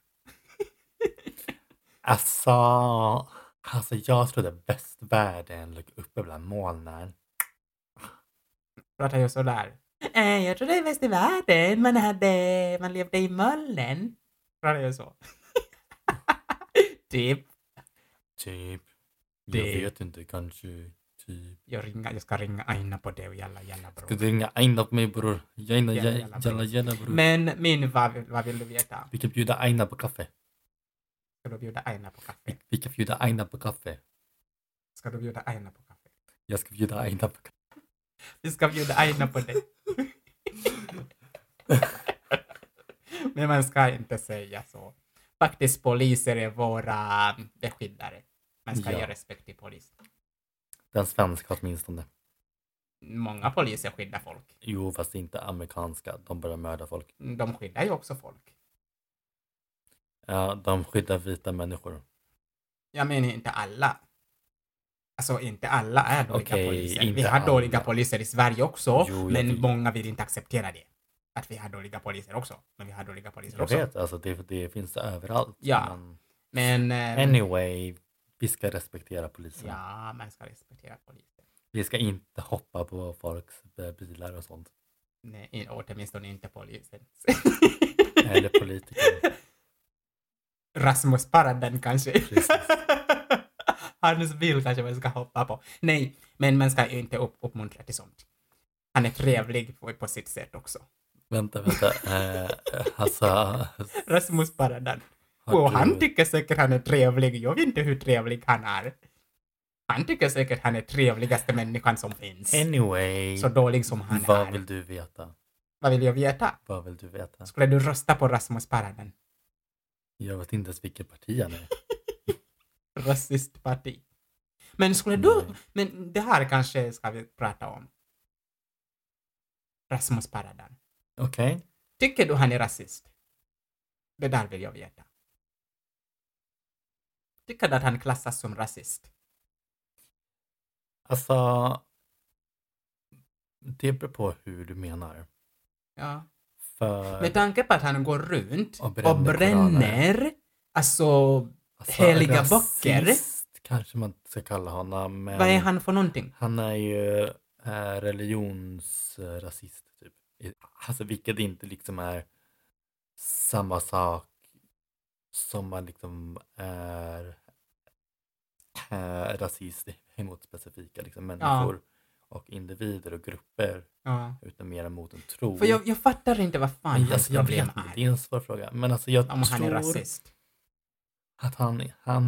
Alltså, jag trodde västvärlden låg uppe bland molnen. Pratar jag sådär? Jag trodde i västvärlden man levde i molnen. Pratar jag så? Typ. Jag vet inte, kanske typ. Jag ska ringa Aina på det och jalla bror. Ska du ringa Aina på mig bror? Jalla bror. Men vad vill du veta? Vi kan bjuda Aina på kaffe. Ska du bjuda Aina på kaffe? Vi kan bjuda Aina på kaffe. Ska du bjuda Aina på kaffe? Jag ska bjuda Aina på kaffe. Vi ska bjuda Aina på det. Men man ska inte säga så. Faktiskt poliser är våra beskyddare. Man ska ge respekt till polis. Den svenska åtminstone. Många poliser skyddar folk. Jo, fast inte amerikanska. De bara mördar folk. De skyddar ju också folk. Ja, de skyddar vita människor. Jag menar inte alla. Alltså inte alla är dåliga poliser. Inte Vi har alla. dåliga poliser i Sverige också. Jo, men många vill inte acceptera det. Att vi har dåliga poliser också. Men vi har dåliga poliser Jag också. vet, alltså det finns överallt. Ja. Men anyway, vi ska respektera polisen. ja, man ska respektera polisen. Vi ska inte hoppa på folks bilar och sånt. Nej, åtminstone inte polisen. Eller politiker. Rasmus Paradden kanske. Precis. Hans bil kanske man ska hoppa på. Nej, men man ska inte uppmuntra till sånt. Han är trevlig på sitt sätt också. Vänta. Alltså... Rasmus Paradden. Har Och du- han tycker säkert han är trevlig. Jag vet inte hur trevlig han är. Han tycker säkert han är trevligaste människan som finns. Anyway, Så dålig som han vad är. vill du veta? Vad vill jag veta? Vad vill du veta? Skulle du rösta på Rasmus Paradden? Jag vet inte ens vilket parti han är. Rasistparti. Men skulle du... Nej. Men det här kanske ska vi prata om. Rasmus Paradden. Okej. Tycker du han är rasist? Det där vill jag veta. Tycker du att han klassas som rasist? Alltså... Det beror på hur du menar. Ja. För... Med tanke på att han går runt Och och bränner bränner alltså heliga rasist böcker. kanske man inte ska kalla honom. Men Vad är han för någonting? Han är ju religionsrasist typ. Alltså vilket inte liksom är samma sak som man liksom är rasist emot specifika liksom människor och individer och grupper, Ja. utan mer emot en tro. För jag fattar inte vad fan hans alltså, jag problem vet inte, är. det är en svår fråga. Men alltså jag Om han är tror rasist. att han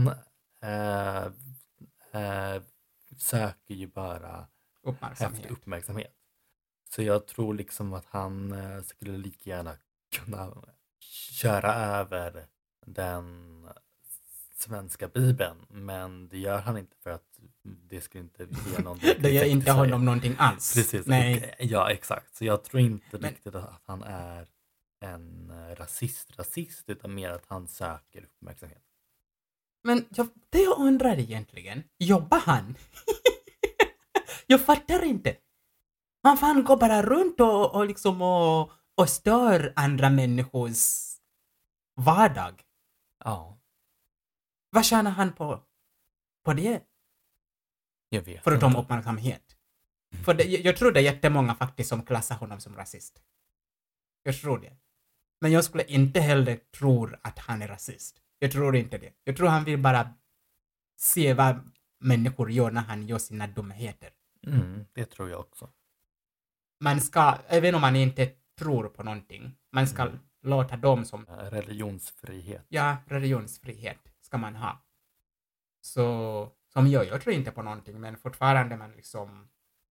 söker ju bara efter uppmärksamhet. Så jag tror liksom att han skulle lika gärna kunna köra över den svenska bibeln. Men det gör han inte för att det skulle inte ge någon Det gör inte honom någonting alls. Precis, Nej. ja exakt. Så jag tror inte riktigt att han är en rasist utan mer att han söker uppmärksamhet. Men det jag undrar egentligen, jobbar han? Jag fattar inte. Han fan går bara runt och liksom och stör andra människors vardag. Ja, Vad tjänar han på det? jag vet Förutom inte. uppmärksamhet. För jag tror det är jättemånga faktiskt som klassar honom som rasist. Jag tror det. Men jag skulle inte heller tro att han är rasist. Jag tror inte det. Jag tror han vill bara se vad människor gör när han gör sina dumheter. Det tror jag också. Man ska, även om man inte tror på någonting, man ska låta dem som... Religionsfrihet. Ja, religionsfrihet ska man ha. Så, som jag tror inte på någonting, men fortfarande man liksom...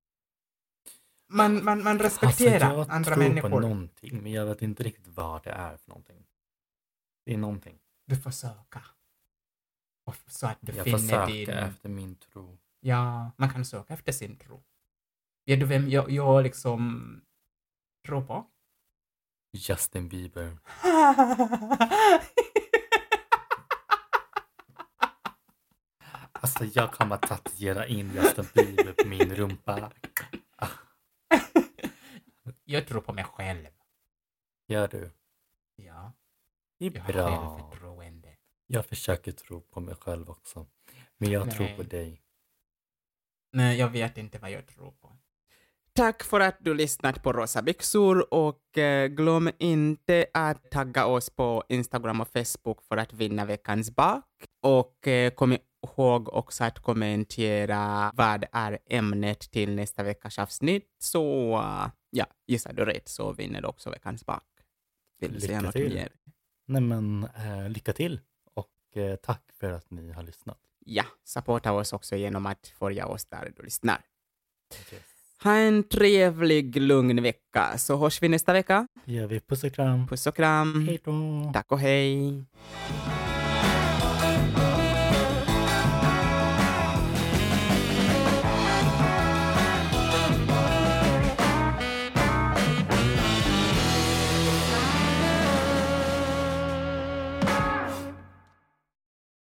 Man respekterar alltså, andra jag människor. tror på någonting, men jag vet inte riktigt vad det är för någonting. Det är någonting. Du får söka. Och så att du Jag får finner söka din... efter min tro. Ja, man kan söka efter sin tro. Vet du vem jag liksom tror på? Justin Bieber. Alltså jag kommer att tatuera in Justin Bieber på min rumpa. Jag tror på mig själv. Gör du? Ja, Det är jag har bra. självförtroende. Jag försöker tro på mig själv också. Men jag tror på dig. Nej, jag vet inte vad jag tror på. Tack för att du lyssnat på Rosa byxor och glöm inte att tagga oss på Instagram och Facebook för att vinna veckans bak. Och kom ihåg också att kommentera vad är ämnet till nästa veckas avsnitt. Så ja, gissar du rätt så vinner du också veckans bak. Vill du säga Lycka något till. mer? Nej men lycka till. Och tack för att ni har lyssnat. Ja, supporta oss också genom att följa oss där du lyssnar. Yes. Ha en trevlig, lugn vecka, så hörs vi nästa vecka. Gör vi. Puss och kram. Puss och kram. Hej då. Tack och hej.